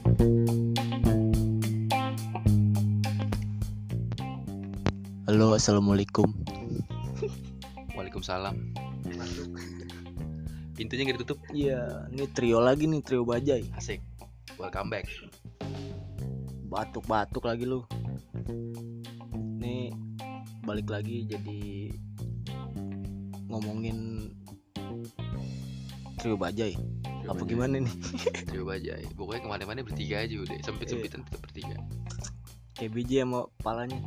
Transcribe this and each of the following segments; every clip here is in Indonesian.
Halo, assalamualaikum. Waalaikumsalam. Pintunya nggak ditutup. Iya, ini trio lagi nih, trio Bajai. Asik. Welcome back. Batuk-batuk lagi lu. Nih balik lagi jadi ngomongin trio Bajai. Apa gimana nih? Trio Bajai. Pokoknya kemana-mana bertiga aja udah. Sempit-sempitan tetap bertiga. Kayak biji sama palanya.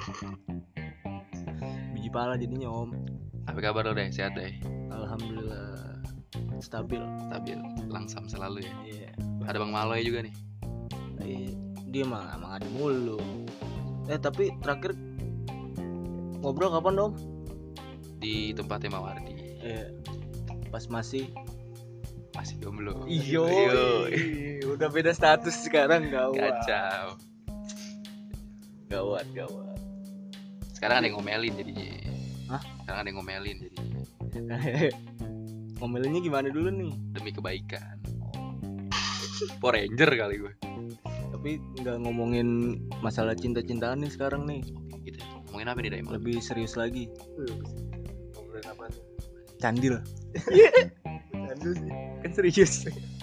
Biji pala jadinya om. Apa kabar lo deh? Sehat deh? Alhamdulillah stabil. Langsam selalu ya. Iya. Ada Bang Maloy juga nih. Dia emang ada mulu. Tapi terakhir ngobrol kapan dong? Di tempatnya Mawardi. Iya. Pas masih jomblo. Iyo. Udah beda status sekarang, gawat. Kacau. Gawat. Sekarang ada yang ngomelin jadinya. Hah? Sekarang ada yang ngomelin jadinya. Ngomelinnya gimana dulu nih? Demi kebaikan. Power Ranger kali gue. Tapi nggak ngomongin masalah cinta-cintaan nih sekarang nih. Oke, gitu. Ngomongin apa nih Daimon? Lebih serius lagi. Ngobrolin apa nih? Candil. Candil sih. Kan serius.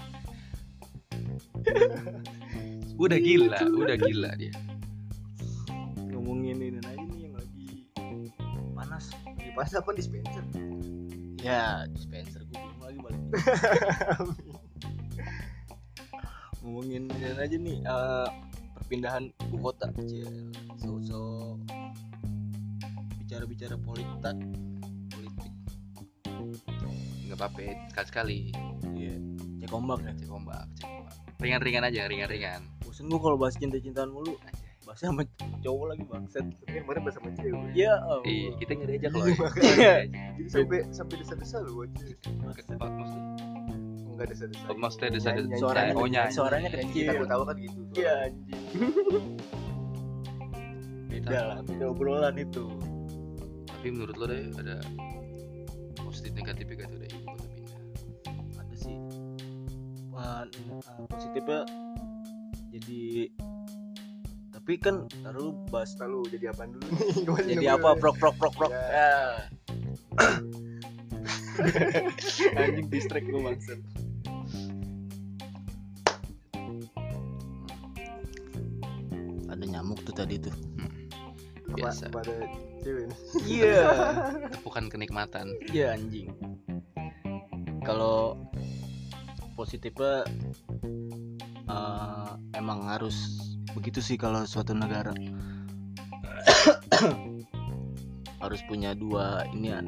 Udah gila dia. Ngomongin ini aja nih yang lagi panas. Di pas apa dispenser? Ya, dispenser gue bingung lagi balik. Ngomongin ini aja nih perpindahan ibu kota. So bicara politik. Nggak apa-apa, sekali. Iya. Cek ombak. Ringan-ringan aja. Bosen gue kalau bahas cinta-cintaan mulu. Bahasnya sama cowok lagi bangsat. Tapi yang kemarin bahas sama cewek. Ya. Iya, kita nggak diajak loh. Iya. Jadi sampai desa-desa lu aja. Enggak desa-desa. Maksudnya desa. Suaranya Oh, nyanyi. Suaranya kecil. Kita tahu kan gitu. Iya anjing. Beda obrolan itu. Tapi menurut lo deh ada positif negatifnya gak tuh deh ibu kota pindah? Ada sih. Positifnya jadi tapi kan taruh bahas Lalu jadi apaan dulu nih? Gimana jadi dulu? apa prok. Ya. Anjing distract gue maksud. Ada nyamuk tuh tadi tuh. Biasa. Pada cewek nih. Iya. Tepukan kenikmatan. Iya anjing. Kalau positifnya emang harus begitu sih kalau suatu negara harus punya dua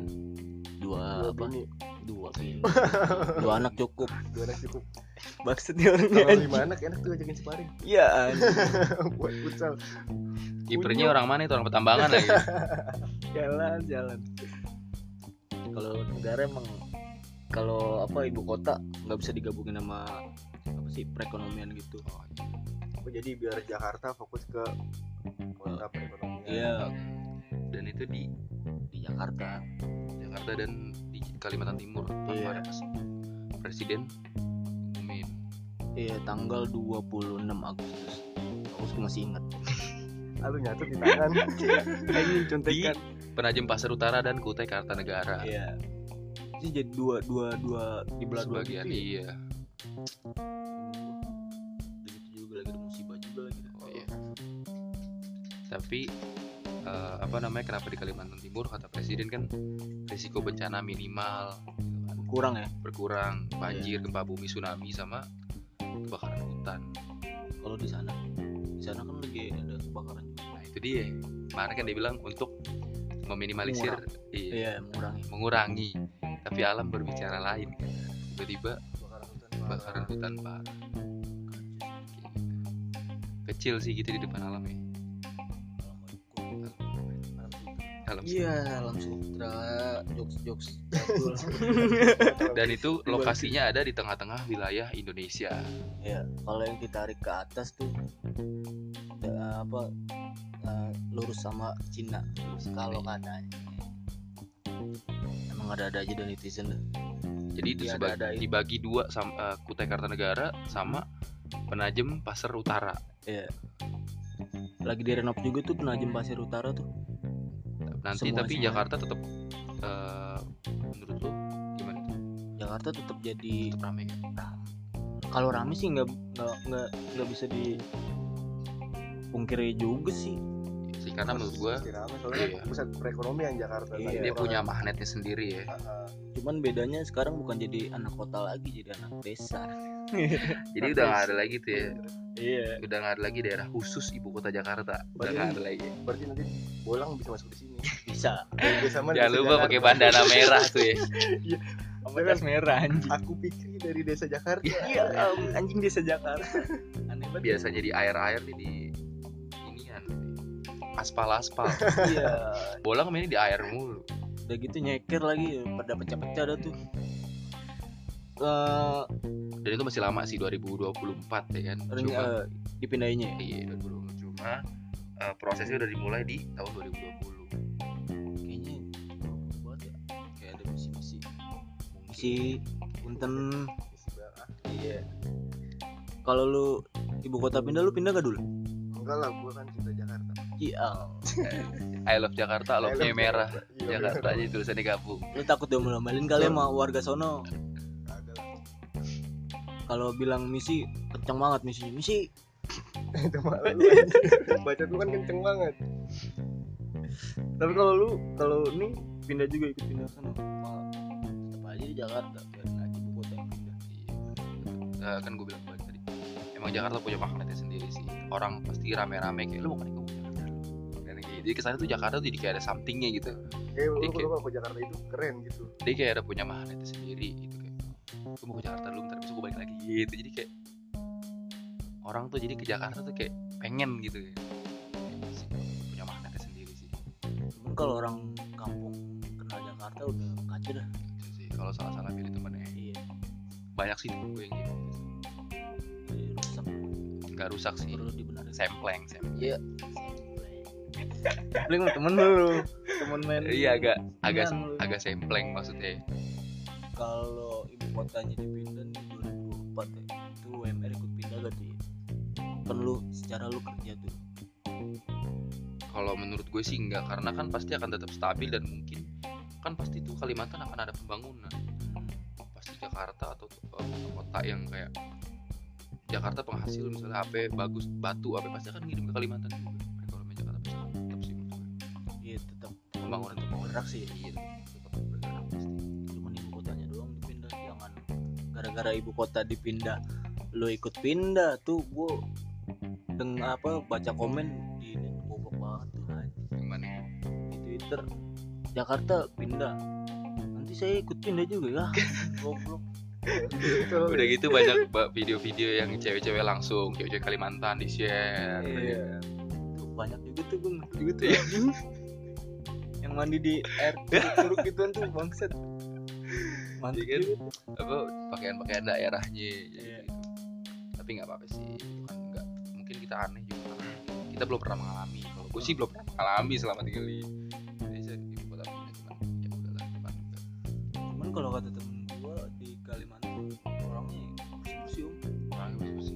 anak cukup. Dua anak cukup. Maksudnya Kalau orangnya 5 anak enak tuh ajakin sparring. iya anjing. Buat futsal. Kipernya orang mana itu? Orang Petambangan lagi. jalan. Kalau negara emang kalau ibu kota nggak bisa digabungin sama apa sih perekonomian gitu. Oh, jadi biar Jakarta fokus ke kota perekonomian. Iya. Dan itu di Jakarta dan di Kalimantan Timur. Iya. Ada presiden ngumumin. Iya, tanggal 26 Agustus. Aku masih ingat. Lalu nyatu di tangan. Ini Di contekan. Penajem Pasar Utara dan Kutai Kartanegara. Iya. Ini jadi dua di belah dua Sebagian gitu ya? iya. Begitu juga lagi ada musibah juga lagi. Oh iya. Tapi kenapa di Kalimantan Timur kata presiden kan risiko bencana minimal gitu kan. Berkurang Banjir, gempa bumi, tsunami sama kebakaran hutan. kalau di sana kan lagi ada kebakaran juga. Nah itu dia. Kemarin kan dia bilang untuk meminimalisir, mengurangi. Tapi alam berbicara lain kan. Tiba-tiba kebakaran hutan parah. Kecil sih gitu di depan alam ya. Alam Iya, alam sutra, jokes. Dan itu lokasinya ada di tengah-tengah wilayah Indonesia. Ya, kalau yang kita tarik ke atas tuh lurus sama Cina. Kalau katanya emang ada aja dan netizen. Jadi itu dibagi dua sama Kutai Kartanegara sama Penajem Pasir Utara. Iya. Lagi direnov juga tuh Penajem Pasir Utara tuh. Nanti Semua- tapi semua. Jakarta tetap menurut lu gimana tuh? Jakarta tetap jadi Tetap ramai kan? kalau rame sih nggak bisa dipungkiri juga sih. Sih karena menurut gua Pasti rame, soalnya iya. pusat perekonomian Jakarta. Iya. Tadi dia orang- punya magnetnya sendiri ya. Cuman bedanya sekarang bukan jadi anak kota lagi, jadi anak desa. Jadi udah nggak ada lagi tuh ya. Iya. Udah nggak ada lagi daerah khusus ibu kota Jakarta. Udah Berarti- nggak ada lagi. Berarti nanti Bolang bisa masuk di sini. Bisa. Desa mana? Jangan Desa lupa pakai Jakarta. bandana merah tuh ya. Apa tas merah anjing. Aku pikir dari desa Jakarta. Iya, anjing desa Jakarta. Aneh banget. Biasa jadi air nih di inian aspal. Iya. Bolang mainnya di air mulu. Udah gitu nyeker lagi pada pecah-pecah dah tuh. Dan itu masih lama sih 2024 ya kan. Dipindahinnya ya? Iya 2024 cuma prosesnya udah dimulai di tahun 2020. Kayaknya buat ya. Kayak ada misi punten. Iya. Kalau lu ibu kota pindah, lu pindah gak dulu? Enggak lah, gua kan cinta Jakarta. Iya. I love Jakarta, love-nya merah. Iya, Jakarta merah. aja tulisannya gabung. Lu takut diomelin kali sama warga sono. Kagak lah. Kalau bilang misi kenceng banget misinya. Misi. Itu malah lu anjing. Baca tuh kan kenceng banget. Tapi kalau ini pindah juga ikut pindah sana. Tetap aja di Jakarta, biarin aja ibu kota yang pindah. Kan gue bilang tadi emang Jakarta punya magnetnya sendiri sih. Orang pasti rame-rame kayak lu mau ke Jakarta lu. Dan kayak jadi kesana tuh Jakarta tuh jadi kayak ada somethingnya gitu. Kayak lu Dikit. kalau ke Jakarta itu keren gitu. Dia kayak ada punya magnetnya sendiri gitu kayak. Gue mau ke Jakarta dulu, ntar besok gue balik lagi gitu. Jadi kayak orang tuh jadi ke Jakarta tuh kayak pengen gitu ya. Punya magnetnya sendiri sih. Cuman kalau orang kampung kenal Jakarta udah kacau dah. Gitu sih. Kalau salah-salah pilih temennya Iya. banyak sih temen gue yang gitu. Jadi rusak. Nggak rusak sih. Perlu dibenarin. Sempleng. Iya. Paling temen lu, temen main. Iya Temenan lu. agak sempleng maksudnya. Kalau ibu kotanya dipindah di 2024 ya, itu UMR ikut pindah gak tuh ya? Kan lu secara lu kerja tuh. Kalau menurut gue sih enggak, karena kan pasti akan tetap stabil dan mungkin kan pasti tuh Kalimantan akan ada pembangunan. Pasti Jakarta atau kota yang kayak Jakarta penghasil misalnya apa bagus batu apa pasti akan ngirim ke Kalimantan juga. Ekonomi Jakarta pasti akan tetap sih menurut gue. Iya tetap Pembangunan tetap bergerak sih. Iya, tetap bergerak pasti. Cuman ibu kotanya doang dipindah, jangan gara-gara ibu kota dipindah lu ikut pindah tuh. Gua baca komen di ini goblok banget tuh anjing. Gimana? Di Twitter Jakarta pindah, nanti saya ikut pindah juga ya. Goblok. Udah gitu banyak video-video yang cewek-cewek langsung, cewek-cewek Kalimantan di share. Iya. Tuh banyak juga tuh gue ngerti juga tuh anjing. Yang mandi di air curug gituan tuh bangsat. Mantap Iya kan? juga tuh. Apa pakaian-pakaian daerahnya gitu. Iya. Tapi nggak apa-apa sih, itu kan nggak mungkin kita aneh juga karena kita belum pernah mengalami. Kalau gue sih belum pernah mengalami selama tinggal di Indonesia di ibu kota pindah, cuman ya udahlah depan juga. Cuman kalau kata temen gua di Kalimantan orangnya bersih Orangnya bersih.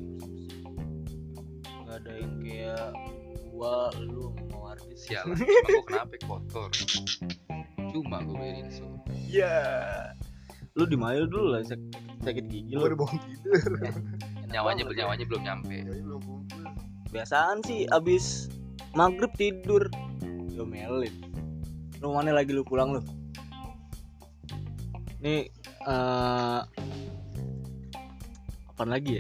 nggak ada yang kayak gua lu sama Wardi. Sialan, emang gue kenapa kotor? Cuma gue beliin so. Iya. Lu di Mail dulu lah sakit gigi Gua lu. udah bangun tidur. Nyawanya belum nyampe. Jadi belum kumpul. Biasaan sih abis maghrib tidur. Yo melin. Lu mana lagi lu pulang lu? Nih apaan lagi ya?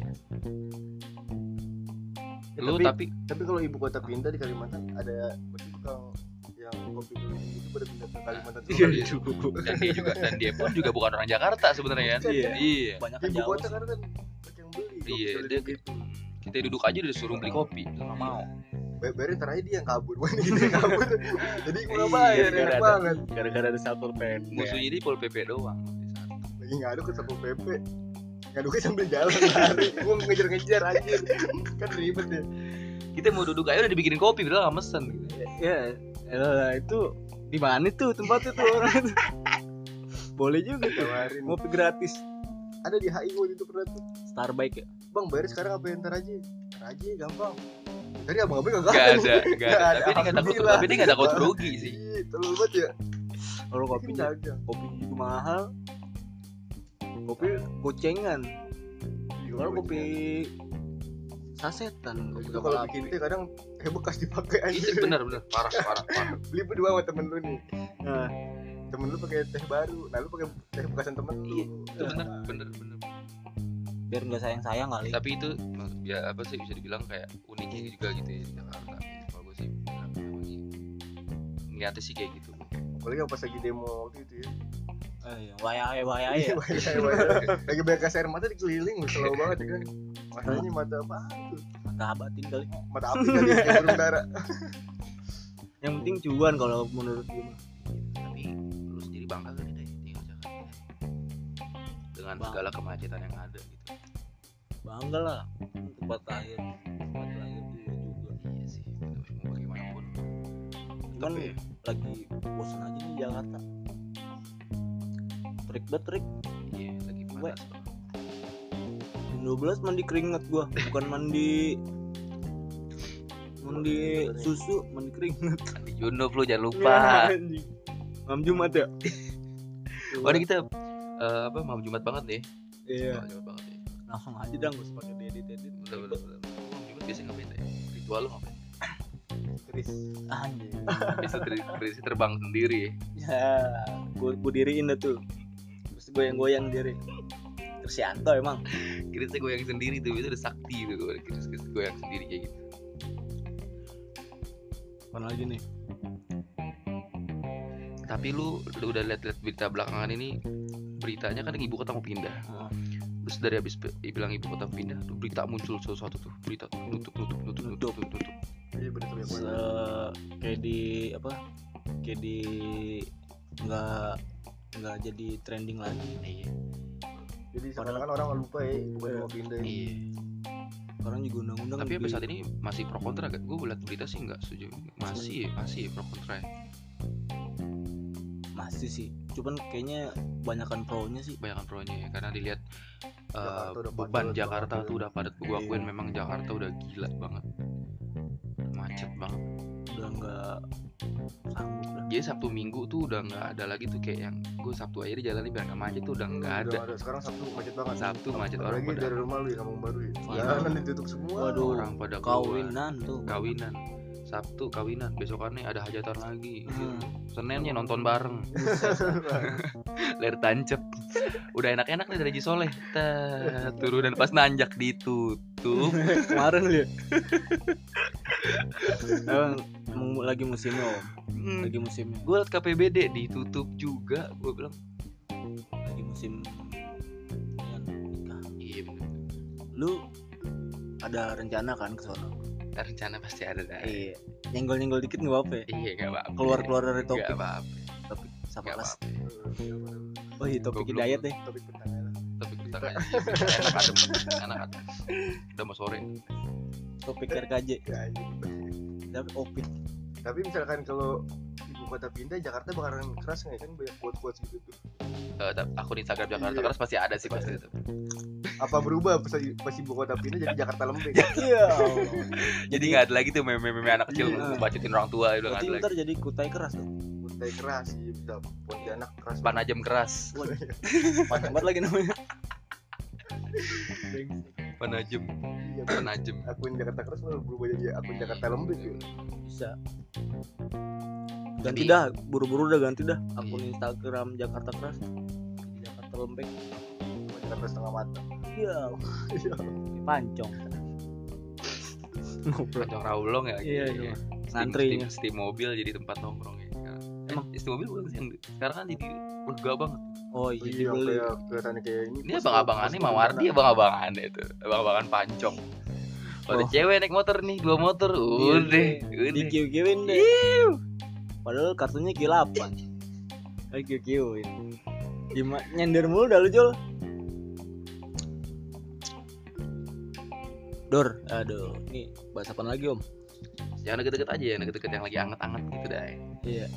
Ya, Lu tapi tapi kalau ibu kota pindah di Kalimantan ada berarti tukang yang kopi keliling itu pada pindah ke Kalimantan Iya, semua. iya. dan dia pun juga bukan orang Jakarta sebenarnya kan. Iya. Iya. Banyak Ibu jauh. kota karena kan banyak yang beli. Iya, kopi dia keliling gitu. kita duduk aja udah disuruh beli kopi, lu nggak mau. Bayarin terakhir dia yang kabur, bukan kita yang kabur. Jadi gua nggak Iya, bayar, gara-gara enak ada- banget. Gara-gara ada Satpol PP. Musuhnya dia Pol PP doang. Lagi ngaduk ke Satpol PP. Ngaduknya sambil jalan lari. Gua ngejar-ngejar anjir. Kan ribet ya. Kita mau duduk aja udah dibikinin kopi, padahal nggak mesen. Gitu. Ya, elah, itu di mana tuh tempatnya tuh orang itu? Boleh juga tuh. Tawarin. Ngopi gratis. Ada di HI gua itu pernah tuh. Starbucks ya. bang bayar sekarang apa ntar aja gampang. Tadi abang-abang kagak Gak ada. Tapi dia nggak takut rugi sih. Terlalu banget ya. Kalau kopinya juga mahal, kopi gocengan. Kalau kopi sasetan, kopi itu kalau bikin teh kadang teh bekas dipakai aja. Iya benar parah. Beli berdua sama temen lu nih. Nah, temen lu pakai teh baru, nah lu pakai teh bekasan temen lu. Iya, itu benar. Biar nggak sayang kali. Tapi itu ya apa sih bisa dibilang kayak uniknya juga gitu ya di Jakarta. Kalau gue sih bilang ngeliatnya sih kayak gitu. Apalagi pas lagi demo waktu itu ya. Iya, wayai ya. Lagi banyak gas air mata dikeliling, selalu banget ya kan. Matanya mata apa tuh? Mata batin kali. Mata api kali yang burung dara. Yang penting cuan kalau menurut gue. Tapi lu sendiri bangga gak nih tinggal Jakarta dengan segala kemacetan yang ada gitu? Bangga lah, tempat lahir gue juga. Iya sih, mau bagaimanapun. Cuman lagi bosan aja di Jakarta. Trik. Iya, lagi panas. Jam 12 mandi keringat gua, bukan mandi susu, mandi keringat. Mandi junub lu jangan lupa. Malam Jumat ya. Wah, ini kita malam Jumat banget nih. Iya. Malam Jumat banget nih. Langsung aja dah, gak usah pakai edit. Betul. Malam Jumat biasanya ngapain ya? Ritual lu ngapain? Tris. Anjir. Bisa terbang sendiri. Ya, gua diriin dah tuh. Terus goyang diri. Tersianto emang. Kira-kira goyang sendiri tuh, itu udah sakti tuh. Kira-kira goyang sendiri kayak gitu. Apa lagi nih? Tapi lu udah lihat berita belakangan ini, beritanya kan ibu kota mau pindah. Terus dari habis bilang ibu kota pindah, tuh berita muncul sesuatu tuh, berita nutup. Iya benar tuh yang Kayak di nggak jadi trending lagi. Iya. Jadi sekarang orang lupa ya, bukan mau pindah. Iya. Orang juga undang-undang. Tapi sampai saat ini masih pro kontra kan? Gue lihat berita sih nggak setuju. Masih pro kontra. Masih sih. Cuman kayaknya banyakan pro-nya sih. Banyakan pro-nya ya, karena dilihat Jakarta beban Jakarta tuh udah padat. Gue akuin memang Jakarta udah gila banget, macet banget. Udah nggak sanggup lah. Jadi Sabtu Minggu tuh udah nggak ada lagi tuh kayak yang gue Sabtu aja di jalan biar nggak macet tuh udah nggak ada. Sekarang Sabtu macet banget. Sabtu macet orang apalagi pada. dari rumah lu ya, Kampung Baru ya. Iya. Jalanan ditutup semua. Waduh, orang pada kawinan tuh. Kawinan. Sabtu kawinan, besokannya ada hajatan lagi. Seninnya nonton bareng. Layar tancep. Udah enak-enak nih dari Haji Soleh. Turunan pas nanjak ditutup. Kemarin lihat. Emang lagi musimnya om. Lagi musimnya. Gue liat KPBD ditutup juga. Gue bilang lagi musim nikah. iya bener. Lu ada rencana kan ke sono? Rencana pasti ada dah. Iya. Nyenggol dikit nggak apa-apa. Iya nggak apa-apa. Keluar dari topik. Nggak apa-apa. Topik sama Nggak kelas. apa-apa. Oh iya, topik Goblok. hidayat deh. Topik pertanyaan. Topik pertanyaan. Enak adem. Udah mau sore. Topik RKJ. Ya, Tapi opik. tapi misalkan kalau ibu kota pindah, Jakarta bakalan keras nggak kan, banyak quotes gitu tuh. Akun Instagram Jakarta Iya. keras pasti ada sih pasti itu. Apa berubah pas ibu kota pindah jadi Jakarta lembek? Iya. Jadi nggak ada lagi tuh meme anak kecil Iya. bacotin orang tua itu nggak Berarti ada lagi. ntar jadi kutai keras tuh. Kutai keras sih, bisa Pontianak keras. Panajem keras. Panjang banget lagi namanya. Panajem. Iya, Panajem. akun Jakarta keras malah berubah jadi akun Jakarta lembek ya. Bisa. Ganti Tapi- dah, buru-buru dah ganti dah akun Iya. Instagram Jakarta keras. Jakarta lembek. Jakarta setengah mata. Iya. Pancong. Pancong Rawlong ya. Iya, gitu. iya. Steam- Santrinya. Steam mobil jadi tempat nongkrong ya. Emang? Steam mobil bukan sih yang sekarang kan jadi lega banget. Oh iya, Iya, dibeli. kayak kelihatannya kayak ini. Ini abang-abangannya Mawardi, abang-abangannya itu. Abang-abangan pancong. Ada Oh. cewek naik motor nih, 2 motor. Udah. Dikiu-kiuin deh. Padahal kartunya Q8. Kiu-kiuin. Gimana nyender mulu dah lu Jol. Dor, aduh, ini bahas apa lagi om? Jangan deket-deket aja, yang deket-deket yang lagi anget-anget gitu dah. Iya.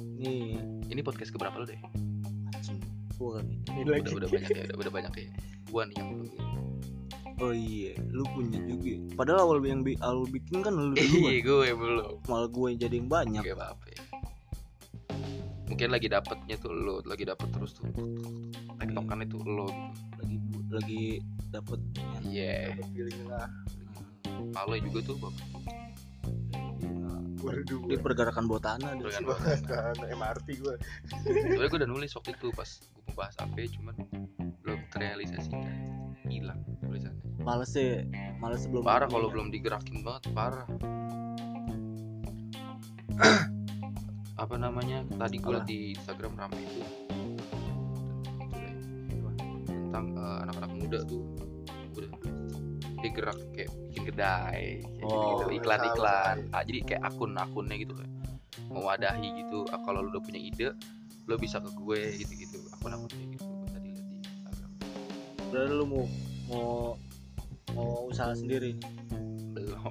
Nih, Ini podcast keberapa lo deh? anjing, gua kan ini Udah banyak ya, udah banyak ya. gua nih yang belum. Oh iya, lu punya juga. Padahal awal bikin kan lu Iya, duluan. gue belum. Malah gue yang jadi yang banyak. Gak apa-apa ya. Mungkin lagi dapetnya tuh lo, lagi dapet terus tuh. Tektokan itu lo gitu. Lagi dapet yang Iya. feeling lah. Malo juga tuh bang. Waduh, di pergerakan bawah tanah dia. bahkan MRT gue. Soalnya gue udah nulis waktu itu pas gue mau bahas apa, cuman belum terrealisasikan, hilang tulisannya. Males sebelum Parah kalau belum digerakin banget, parah. Apa namanya? Tadi gue liat di Instagram rame itu tentang anak-anak muda tuh udah digerak kayak bikin kedai, kayak Oh, gitu, iklan-iklan. Jadi kayak akunnya gitu kayak mewadahi gitu. Kalau lu udah punya ide, lu bisa ke gue gitu-gitu. Akun-akunnya gitu. Gue tadi liat di Instagram. Berarti lu mau usaha sendiri. Belum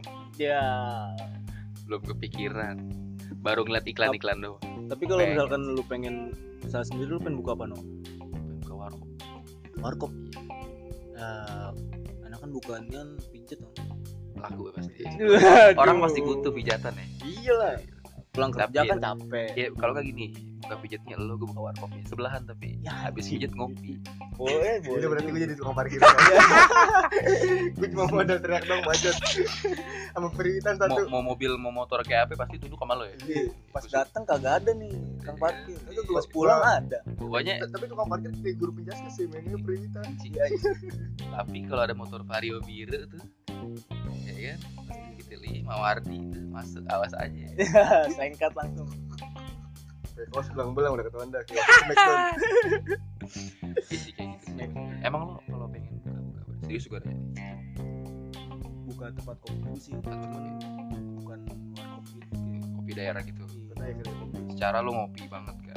kepikiran. Baru ngeliat iklan-iklan doang. Tapi kalau Pengen. misalkan lu pengen usaha sendiri, lu pengen buka apa no? Ke warkop. Warkop. Anak kan bukannya pijet dong. Laku ya pasti. Aduh. Orang pasti butuh pijatan ya. Iyalah. Pulang kerja Tapi kan capek. Ya kalau nggak gini, buka pijatnya lo, gue buka warkopnya sebelahan, tapi Ya, habis pijat ngopi. Boleh. Ini berarti gue jadi tukang parkir. Gue cuma mau ada teriak dong bacot. Sama periwitan satu. Mau mobil mau motor kayak apa pasti tunduk sama lo ya. Iya, pas datang kagak ada nih tukang parkir. Itu Pas pulang ada. Pokoknya Tapi tukang parkir kayak guru penjaskas sih, mainnya periwitan. tapi kalau ada motor Vario biru tuh, ya kan, pasti kita lihat Mawardi tuh masuk, awas aja. Sengkat langsung. Oh belang-belang udah ketahuan dah. Kayak Smackdown. Jadi kayak gitu. Emang lo kalau pengen buka serius juga ada ya? Buka tempat kopi sih, Tempat cuman kopi. bukan warkop gitu. Kayak Kopi daerah gitu. Katanya keren kopi. Secara lo ngopi banget kan?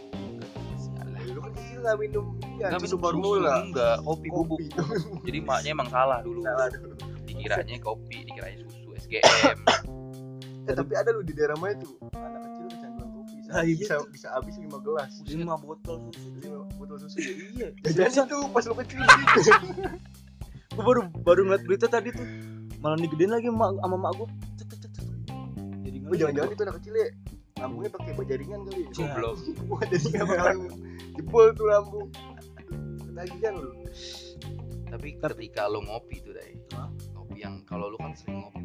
Alah. Lu kan kecil nggak minum ya, Nggak susu minum formula. enggak, kopi bubuk. Jadi maknya emang salah dulu. Salah dulu. Dikiranya kopi, dikiranya susu SGM. Tapi ada lu di daerah mana tuh anak kecil kecanduan kopi. Ah, iya Bisa habis 5 gelas. 5 botol susu. 5 botol susu. Iya. Jajan itu pas lu kecil gitu. Gue baru ngeliat berita tadi tuh, malah digedein lagi sama mak gue. Jadi Oh jangan-jangan itu anak kecil ya lambungnya pakai bajaringan kali. Goblok. Wah jadi nggak bakalan jebol tuh lambung. Ketagihan lu. Tapi ketika lo ngopi tuh Dai, Hah? ngopi yang kalau lo kan sering ngopi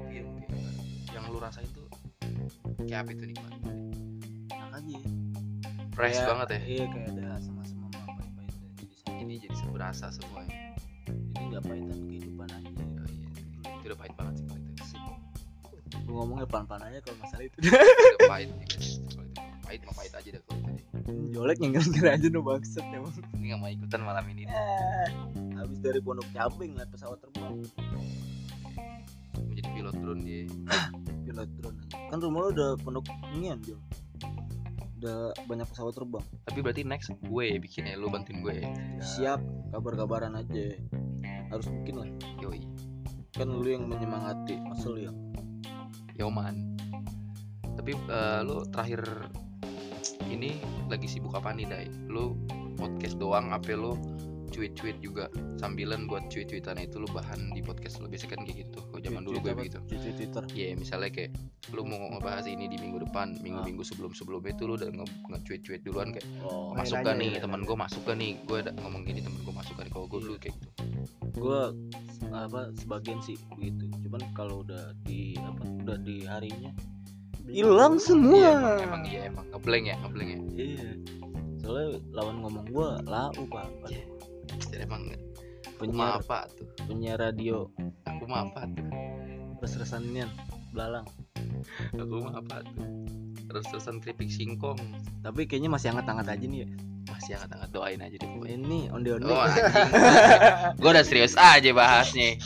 yang lo rasain tuh kayak apa itu nikmat? enak aja. Fresh Kayak- banget ya. Iya, kayak ada sama-sama pahit-pahit jadi sama. Jadi berasa semuanya. Jadi nggak pahitan kehidupan aja. Oh iya, itu udah pahit banget sih kalau itu. Gue ngomongnya pelan-pelan aja kalau masalah itu. Udah pahit juga sih kalau itu. Pahit mah pahit aja dah kalau itu. Jolek nyengir aja no bangsat emang. Ini nggak mau ikutan malam ini. Habis dari Pondok Cabe ngeliat pesawat terbang. Menjadi pilot drone dia. Pilot drone aja. Kan rumah lu udah Pondok inian dia. Udah banyak pesawat terbang. Tapi berarti next gue bikinnya, lo bantuin gue. Siap, kabar-kabaran aja. Harus bikin lah. Yoi. Kan lu yang menyemangati, masa lu yang Yoman. Tapi lo terakhir ini lagi sibuk apa nih Dai? Lo podcast doang apa lo cuit-cuit juga sambilan buat cuit-cuitan itu lo bahan di podcast lo? Biasa kan kayak gitu. Kalau zaman dulu gue begitu. Cuci Twitter. Iya, misalnya kayak lo mau ngebahas ini di minggu depan, minggu-minggu sebelum-sebelumnya itu lo udah nge-cuit-cuit duluan kayak Oh, masuk nanya, gak nih nanya. teman gue, masuk gak nih gue ada ngomong gini, temen gue masuk gak nih. Kalau gue dulu kayak gitu. gue sebagian sih begitu. Cuman kalau udah di harinya hilang semua. Iya, emang ngeblank ya. Iya. Soalnya lawan ngomong gue lau pak. Iya. Jadi emang aku mah Penyiar apa tuh? penyiar radio Aku mah apa tuh? res-resanian belalang. Aku mah apa tuh? Terus-terusan keripik singkong. Tapi kayaknya masih hangat-hangat aja nih ya. Masih hangat-hangat, doain aja deh pokoknya. Ini onde-onde. Oh anjing. Gue udah serius aja bahasnya.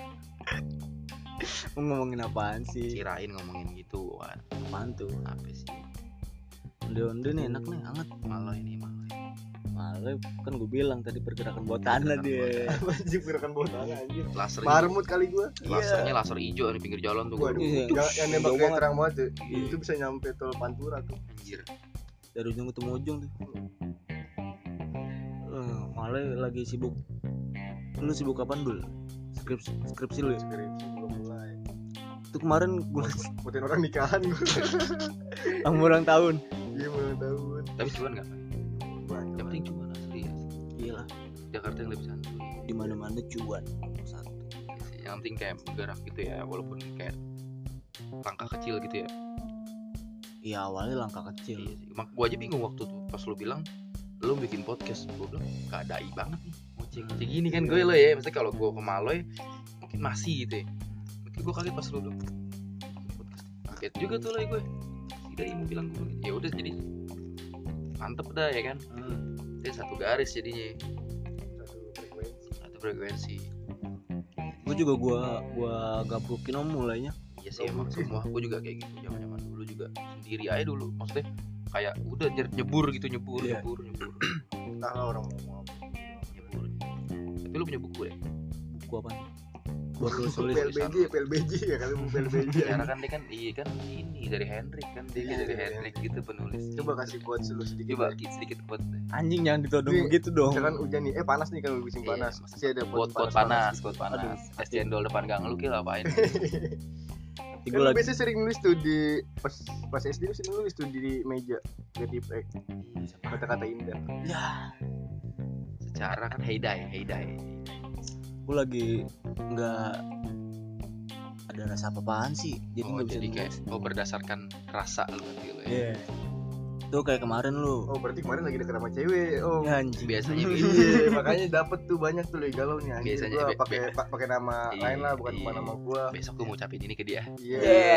Mau ngomongin apaan sih? Kirain ngomongin gitu. Wah, Apaan tuh? apa sih? Onde-onde nih enak nih, hangat. Malah ini malah. Malah kan gue bilang tadi pergerakan bawah tanah dia. Anjing gerakan bola anjing. Laser Marmut kali gua. lasernya laser hijau di pinggir jalan tuh. Waduh, Iya. yang nembak Jauh kayak banget. terang banget tuh. Iya. Itu bisa nyampe tol Pantura tuh. Anjir. Dari ujung ketemu ujung tuh. Malah lagi sibuk Lu sibuk kapan dul? Skripsi lu ya? Skripsi belum mulai. Itu kemarin gue Buatin orang nikahan gue. ulang tahun. Iya ulang tahun. Tapi cuan nggak? Banyak. Yang penting cuan asli ya. Iyalah, Jakarta yang lebih santuy. di mana-mana cuan satu. Iya sih. Yang penting kayak bergerak gitu ya, walaupun kayak langkah kecil gitu ya. Iya awalnya langkah kecil. Iya sih. Gua aja bingung waktu tuh pas lu bilang lu bikin podcast, gua bilang gak dai banget nih ngoceh gini kan gue lo ya. Maksudnya kalau gua ke Maloy mungkin masih gitu ya. Mungkin gua kaget pas lu bilang podcast. Kaget juga tuh lah gue. Tidak mau bilang gue. Ya udah jadi mantep dah ya kan. Jadi satu garis jadinya. Satu frekuensi. Gue juga gua gabrukin om mulainya. Iya sih emang semua gue juga kayak gitu. Zaman dulu juga sendiri aja dulu. Maksudnya kayak udah nyebur gitu nyebur. Entah lah orang mau apa. Nyebur. Tapi lu punya buku ya? Buku apa? Buat tulis PLBJ ya kali mau PLBJ. Karena kan dia kan iya kan ini dari Hendrik kan dia Iya, dari iya. Hendrik gitu penulis. Coba kasih quotes lu sedikit. Coba sedikit buat anjing jangan ditodong Ini, begitu dong. Misalkan hujan nih, panas nih kalau bising panas. Iya, Pasti ada buat quotes panas, gitu. buat panas. Aduh, Es cendol depan gang lu kira apain? Gue Kan lu lagi biasanya sering nulis tuh di pas SD lu sering nulis tuh di meja kreatif kata-kata indah. ya, Secara kan heydai. gue lagi nggak ada rasa apa-apaan sih. Jadi Oh, nggak bisa jadi kayak nulis. berdasarkan rasa lu berarti lu ya. Iya. Tuh kayak kemarin lu. Oh berarti kemarin lagi deket sama cewek. Oh Ya, anjing. Biasanya iya makanya dapet tuh banyak tuh lagi galau nih anjir. Biasanya Gua pakai nama Iya, lain lah bukan iya. nama gua. besok gue mau ucapin ini ke dia. Iya.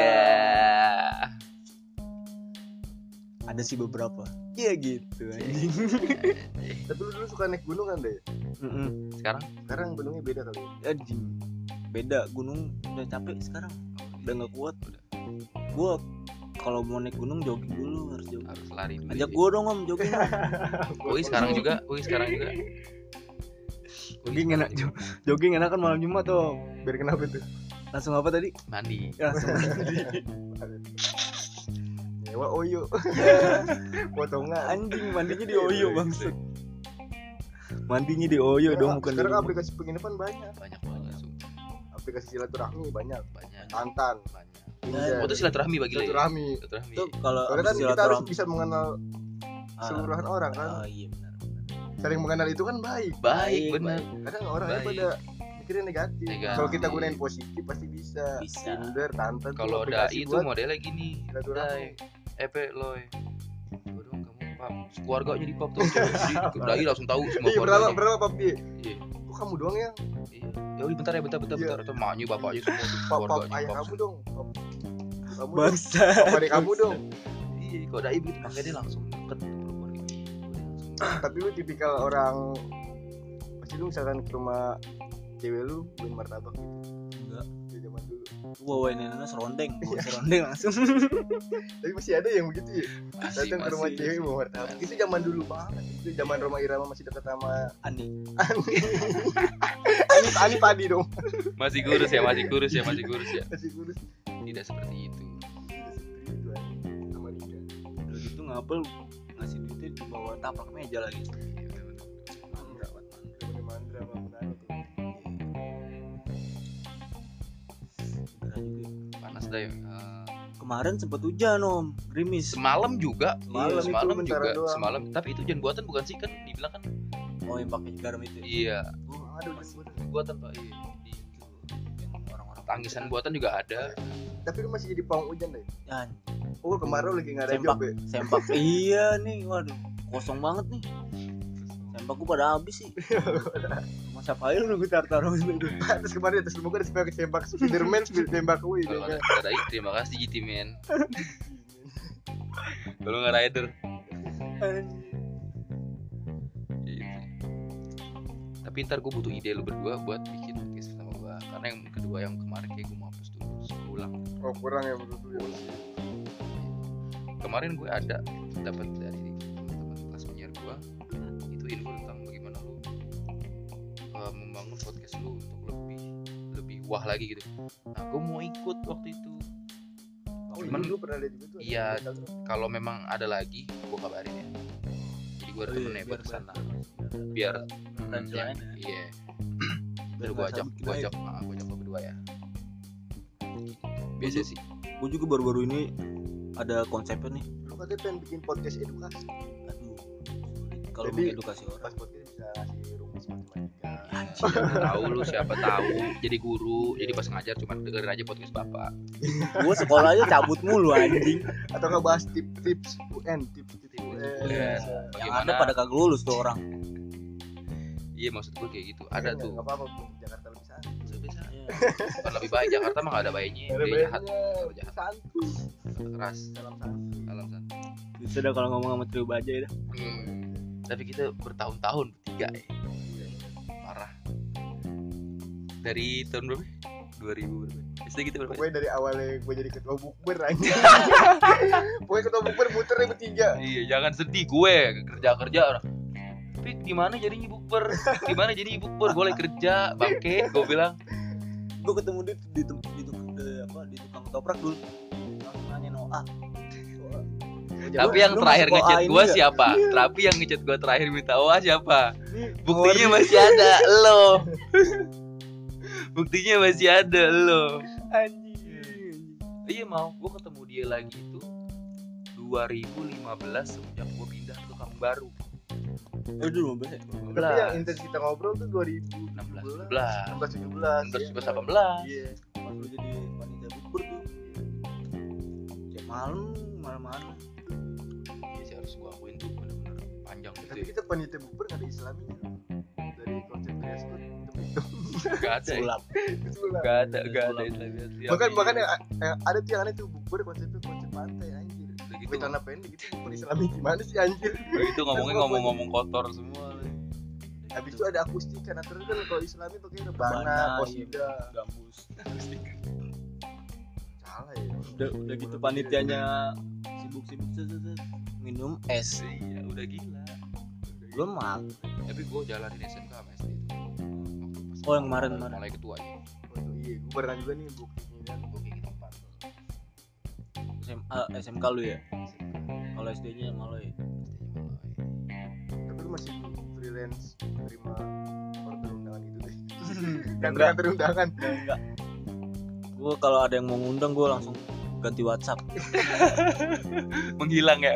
Ada sih beberapa. Iya gitu anjing. Tapi lu dulu suka naik gunung kan deh? Sekarang Sekarang gunungnya beda kali ya? Anjing. Beda gunung udah capek sekarang. Udah nggak kuat. Gua kalau mau naik gunung jogging dulu harus jogging. harus lari dulu. Ajak gua dong om jogging. Sekarang juga. Jogging enak jogging enak kan malam Jumat tuh. Biar kenapa tuh? Langsung apa tadi? Mandi. Ya, langsung. Nyewa Oyo. Potongan. Anjing mandinya di Oyo bangsat. Mandinya di Oyo dong bukan. Sekarang di rumah. aplikasi penginapan banyak. Banyak banget sumpah. Aplikasi silaturahmi banyak. Banyak. Tantan. Tinder. Oh itu silaturahmi bagi lo ya? Silaturahmi. Silaturahmi. Itu kalau Soalnya kan kita harus silaturahmi bisa mengenal keseluruhan orang kan. Oh iya benar. Saling mengenal itu kan baik. Baik, benar. Kadang orangnya Baik. pada mikirnya negatif. Negatif. Kalau kita gunain positif pasti bisa. Bisa. Tinder, Tantan. tuh Kalau aplikasi dai itu buat modelnya gini. silaturahmi. Dai. Loy. Coba dong kamu pap. Keluarganya di pap tuh. Jadi dai langsung tahu semua Iya berapa keluarganya. pap dia? Iya. Kok kamu doang yang? Iya. Ya udah bentar. Iya. Atau maknya bapaknya semua tuh Pap keluarganya. ayah pap kamu semua. dong. Pap. Kamu dong. Bangsa. Pap adik kamu dong. Iya, kalau dai begitu makanya dia langsung deket tuh perempuan gitu. Langsung. Tapi lu tipikal orang pasti lu misalkan ke rumah cewek lu beliin martabak gitu. Enggak. Di zaman dulu. Gua bawain nenek serondeng, bawa serondeng langsung. Tapi masih ada yang begitu ya. Datang ke rumah Masih. cewek bawa martabak. Itu zaman dulu banget. Itu zaman Roma Irama masih dekat sama Ani. Ani Padi dong. Masih kurus ya. Masih kurus. Tidak seperti itu. Itu sama Nika. Udah gitu ngapel ngasih duitnya di bawah taplak meja lagi. Mandra, Mandra sama Menara tuh. Beneran juga. Panas dah ya. Kemarin sempet hujan om, gerimis. Semalam juga. Semalam itu Semalam bentar juga. doang. Semalam. Tapi itu hujan buatan bukan sih kan? Dibilang kan. Oh yang pakai garam itu. Ya? Iya. Oh, ada buat. Buatan pak. Iya. Yang orang-orang Tangisan buatan juga ada. Tapi lu masih jadi pawang hujan deh. ya, Oh, kemarin lagi enggak ada sempak, job ya. sempak. Iya nih, waduh, kosong banget nih. Sempak gua pada habis sih. Masa apain nunggu tartarong itu. Terus kemarin atas rumah gua ada sempak Spiderman tembak gue Kalau dia. nggak ada terima kasih GT man. Kalau nggak rider. Gitu. Tapi ntar gue butuh ide lu berdua buat bikin podcast sama gue. Karena yang kedua yang kemarin kayak gue mau hapus dulu ulang. Oh, kurang ya menurut lu. Ya. Kemarin gue ada dapat dari teman-teman kelas penyiar gue itu info tentang bagaimana lu membangun podcast lu untuk lebih wah lagi gitu. Nah gue mau ikut waktu itu. Oh, Cuman- dulu pernah lihat juga tuh. Iya, kalau memang ada lagi gue kabarin ya. Jadi gue ada temennya buat kesana biar Lanjutannya. iya. Biar gue ajak lo berdua ya. Biasa sih. Gue juga baru-baru ini ada konsepnya nih. Lu katanya pengen bikin podcast edukasi. Aduh, kalau Jadi, mengedukasi orang. Pas podcast bisa ngasih rumus matematika. Tahu lu siapa tahu jadi guru, jadi pas ngajar cuma dengerin aja podcast bapak. Gue sekolah aja cabut mulu anjing. Atau ngebahas tips UN, tips-tips UN. Iya. Yang Bagaimana? ada pada kagak lulus tuh orang. Iya maksud gue kayak gitu. Ada tuh. Enggak apa-apa, Jakarta lebih santai. Bisa. Bukan lebih baik, Jakarta mah gak ada baiknya. Ada Dia jahat. baiknya, Kalau jahat santuy. keras. Salam santuy. Salam santai. Bisa dah kalau ngomong sama Trio Baja dah. Tapi kita bertahun-tahun bertiga ya. Parah. Dari tahun berapa? 2000 berapa? SD kita berapa? Pokoknya dari awalnya gue jadi ketua bukber anjing. Pokoknya ketua bukber muternya bertiga. Iya, jangan sedih gue kerja orang. Tapi gimana jadinya bukber? Gimana jadi bukber? Gue lagi kerja, bangke, gue bilang. Gue ketemu dia di tukang ketoprak dulu. Langsung nanya Noah. Tapi yang terakhir ngechat gue siapa? Tapi yang ngechat gue terakhir minta OA siapa? Buktinya masih ada lo. Buktinya masih ada lo. Anjing. Iya mau, gue ketemu dia lagi itu 2015 semenjak gue pindah ke kampung baru. Aduh, mau Tapi yang intens kita ngobrol tuh 16, 17, 18. Iya. Pas lu jadi panitia bukber tuh. Tiap malam. Iya sih harus gue akuin tuh benar-benar panjang gitu. Tapi kita panitia bukber nggak ada Islaminya. Dari konsep Kriastur Gak ada. Sulap. Gak ada Islamnya. Bahkan yang ada tuh yang aneh tuh bukber konsepnya konsep pantai anjir. Gitu. Tapi tanah pendek gitu bukber Islami gimana sih anjir? Itu ngomong kotor semua. Habis itu ada akustika. Nah terus kan kalau Islami pakai rebana, qasidah, gambus. salah ya. Udah gitu panitianya sibuk minum es. Iya udah gila. Belum mal. Tapi gue jalanin SMK sama SD itu. Oh, yang kemarin. Mulai ketua ya. Iya, gue pernah juga nih buktinya kan. Gue kayak gitu 4. SMK lu ya. Kalau SD-nya malu ya. Tapi lu masih freelance terima order undangan itu deh. Enggak. Kantor undangan. Enggak. Gue kalau ada yang mau ngundang gue langsung ganti WhatsApp. Menghilang.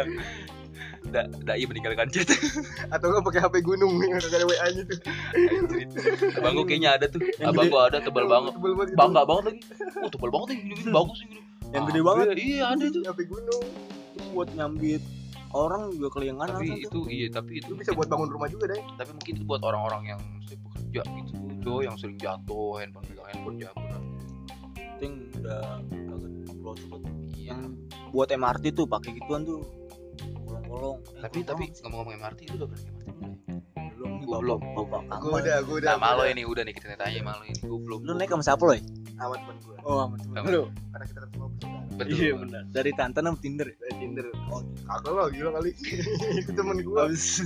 Dai meninggalkan chat. Atau enggak pakai HP gunung nih, enggak ada WA-nya tuh. Abang gue kayaknya ada tuh. Abang gue ada tebal banget. Tebal banget. gitu. Bangga banget lagi. Oh tebal banget nih, gini bagus nih. Yang gede banget. Iya ada tuh. HP gunung. Buat nyambit orang juga kelingan. Tapi itu tapi itu Lu bisa buat bangun rumah juga deh. Tapi mungkin itu buat orang-orang yang mesti bekerja gitu tuh, yang sering jatuh handphone jatuh. Itu yang udah kagak blosok. Iya. Yang buat MRT tuh pakai gituan tuh. Kolong-kolong. Tapi ngomong-ngomong MRT lu udah pernah naik MRT belum? belum nih Gua belum. bapak Gue udah. Nah malu ini udah nih kita tanya malu ini gue belum. Lu naik sama siapa lo ya? Sama teman gue. Oh sama temen Sama. lu. Karena kita kan semua bersaudara. Betul. Iya benar. Dari Tantan sama Tinder ya? Dari Tinder. Oh, kagak lo gila kali. Itu temen gue.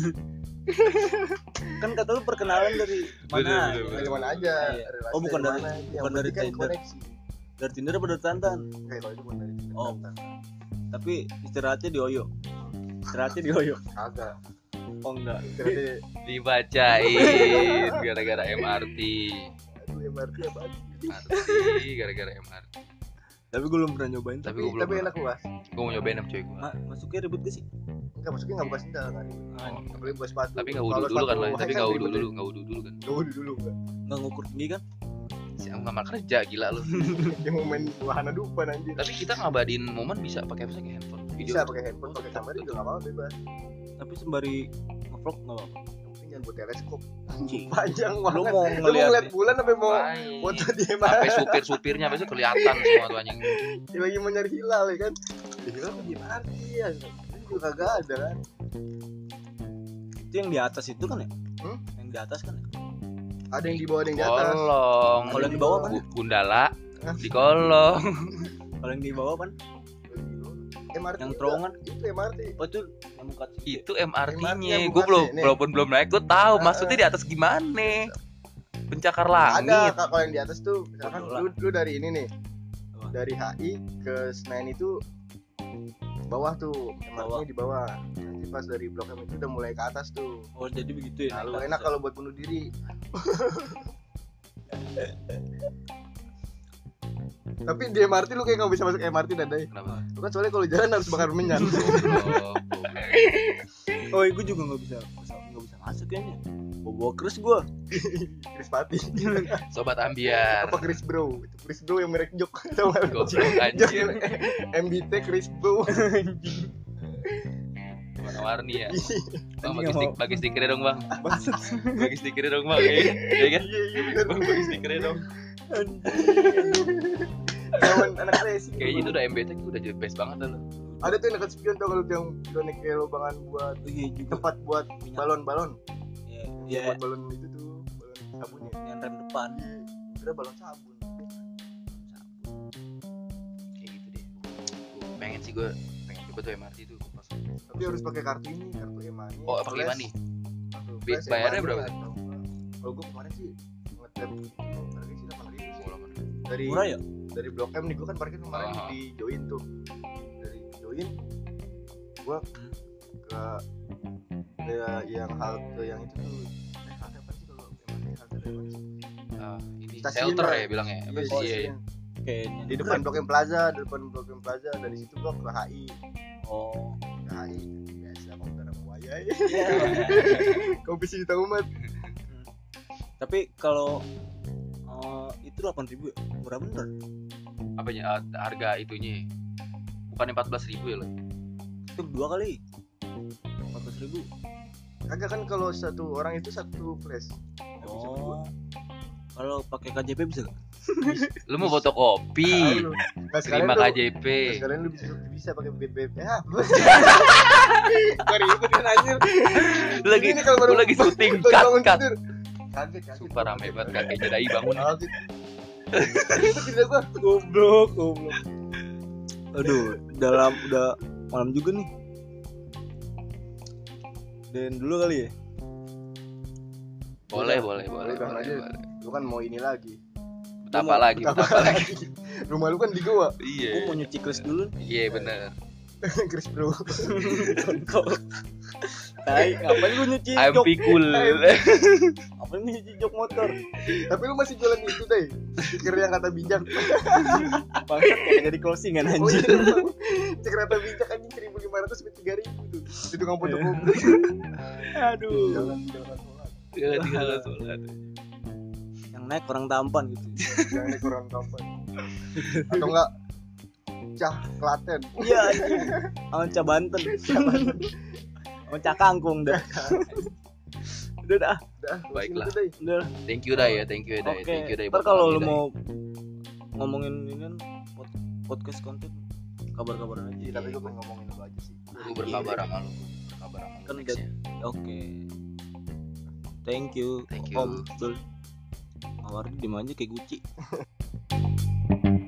Kan kata lu perkenalan dari mana? Bener. Dari mana aja. Iya. relasi Oh, bukan dari- mana, yang bukan dari penting kan Tinder. koneksi. Dari Tinder apa dari Tantan? Kayak kalau itu bukan dari Tinder. Oh. Tantan. Tapi istirahatnya di Oyo. Istirahatnya di Oyo. Kagak. Oh enggak. Istirahatnya Dibacain gara-gara MRT. aduh MRT apaan? Gara-gara MRT. Tapi gue belum pernah nyobain. Tapi gue belum. Tapi enak luas. Gue mau nyobain sama cewek gue. Masuknya ribet gak sih? Enggak masuknya enggak buka sendal kan. Enggak boleh buka sepatu. Tapi nggak wudhu Kalau dulu kan sepatu lah. wahai Tapi kan nggak wudhu ribet dulu, ya. nggak wudhu dulu kan. Nggak wudhu dulu enggak. Nggak ngukur tinggi kan? Siapa ngamar kerja gila lu. Dia mau main wahana dupan anjir. Tapi kita ngabadin momen bisa pakai apa sih kayak handphone. Bisa pakai handphone, pakai kamera juga enggak apa-apa bebas. Tapi sembari ngevlog nggak apa-apa. Yang penting jangan buat teleskop. Anjing. Panjang Lu banget. mau Lu mau ngeliat ngeliat bulan apa mau Main. foto dia Sampai mana? supir-supirnya biasanya kelihatan semua tuh anjing. Dia lagi mau nyari hilal ya kan. Ya, hilal kok gimana sih ya? Ini juga kagak ada kan. Itu yang di atas itu kan ya? Hmm? Yang di atas kan ya? Ada yang di bawah, ada yang di atas. Kolong. Kalau yang di bawah mana? Gundala di kolong. Kalau yang di bawah kan? MRT Yang juga. terowongan? Itu MRT. Oh itu yang muka situ. Itu MRT MRT-nya. yang Gue bukan belum sih, nih. walaupun belum naik gue tahu maksudnya di atas gimana. Pencakar Ada langit. Kak, kalau yang di atas tuh misalkan Betul lu dari ini nih. Apa? Dari HI ke Senayan itu bawah tuh, Bawah. MRT-nya di bawah. Nanti pas dari Blok M itu udah mulai ke atas tuh. Oh jadi begitu ya? Nah, naik lu atas enak ya? kalau buat bunuh diri. Tapi di MRT lu kayak nggak bisa masuk MRT Dadai. Kenapa? Lu kan soalnya kalau jalan harus bakar minyak. Oh, gue juga nggak bisa masuk kayaknya. Bawa keris gue. Chris Pati. Sobat ambiar. Apa Chris Bro? Itu Chris Bro yang merek jok. Tahu enggak? Goblok anjir. MBT Chris Bro. Warna-warni ya. Bang Anjing, bagi stikernya dong, Bang. Bangsat. Bagi stikernya dong, Bang. Iya kan? Iya benar. Bang bagi stikernya dong. Kawan anak racing. Kayaknya itu udah MBT udah the best banget dah lo. Ada tuh yang dekat spion tau kalau yang udah kayak lubangan buat Iya juga. tempat buat Minyak. balon-balon. Iya. Buat balon itu tuh, balon sabunnya. Yang rem depan. Kira balon sabun. Kayak gitu deh. Pengen sih gue pengen coba tuh MRT itu pas. Tapi harus pakai kartu ini, kartu e-money. Oh, pakai money. Kartu Bi- flash, bayarnya e-money berapa? atau enggak. Kalau gue kemarin sih ngetap harganya sih 8.000 sih. Dari Murah ya? dari Blok M nih, gue kan parkir kemarin Ah. di Join tuh. Dari Join gue ke yang halte yang itu tuh halte apa sih kalau emang halte apa sih? Ini Stasiun shelter lah. ya bilangnya. Apa Iya, sih? Iya, iya. stasiun. Kayaknya. Di depan Blok M Plaza, dari situ gue ke HI. Oh. Ke HI biasa komentar sama wayai. Iya. Komisi Juta Umat. Tapi kalau itu 8.000 ya? Murah bener. Apanya harga itunya? Bukan 14.000 ya lo? Itu 2 kali. 14.000. Kagak kan kalau satu orang itu satu flash. Nggak bisa berdua. Oh. Kalau pakai KJP bisa gak? Lu mau fotokopi? Tahu lu. Nah, sekalian Terima tuh- KJP. nah, sekalian lu bisa pakai BBM. Ya. Ribet kan anjir. Lu lagi Ini kalau baru- lu lagi syuting baru cut bangun cut. tidur. Kaget. Sumpah rame banget kakeknya Dai bangun. Kaget. Itu tidak gua. Goblok. Aduh, udah malam juga nih. Dan dulu kali ya. Boleh. Udah aja. Lu kan mau ini lagi. Betapa lagi. Rumah lu kan di gua. Iya. Gue mau nyuci keris dulu. Iya bener. Chris Bro. Contoh. Tai, ngapain gue nyuci I'm jok? cool. Ngapain gue nyuci jok motor? Tapi lu masih jualan itu deh. Stiker yang kata bijak. Bangsat kayak jadi closingan Oh anjir. iya. Stiker kata bijak anjing 1.500 sampai 3.000 tuh. Di tukang fotokopi. Aduh. Jangan sholat. Iya tinggal sholat. Yang naik orang tampan gitu. Jangan kurang tampan. Atau enggak Cah Klaten. Iya anjing. Sama Ca Banten. Sama Ca Kangkung dah. Udah dah. Dah, Baiklah. gitu deh. Udah. Thank you Dai ya, thank you Dai. Oke. Thank you Dai. Ntar buat kalau lu malamnya, Dai. mau ngomongin ini kan podcast konten kabar-kabaran aja. Iya, tapi gue pengen ngomongin lu aja sih. Gue berkabar sama lu. Berkabar sama lu Kan nextnya. Oke. Thank you. Thank you. Om. Betul. Awalnya diem aja kayak Gucci.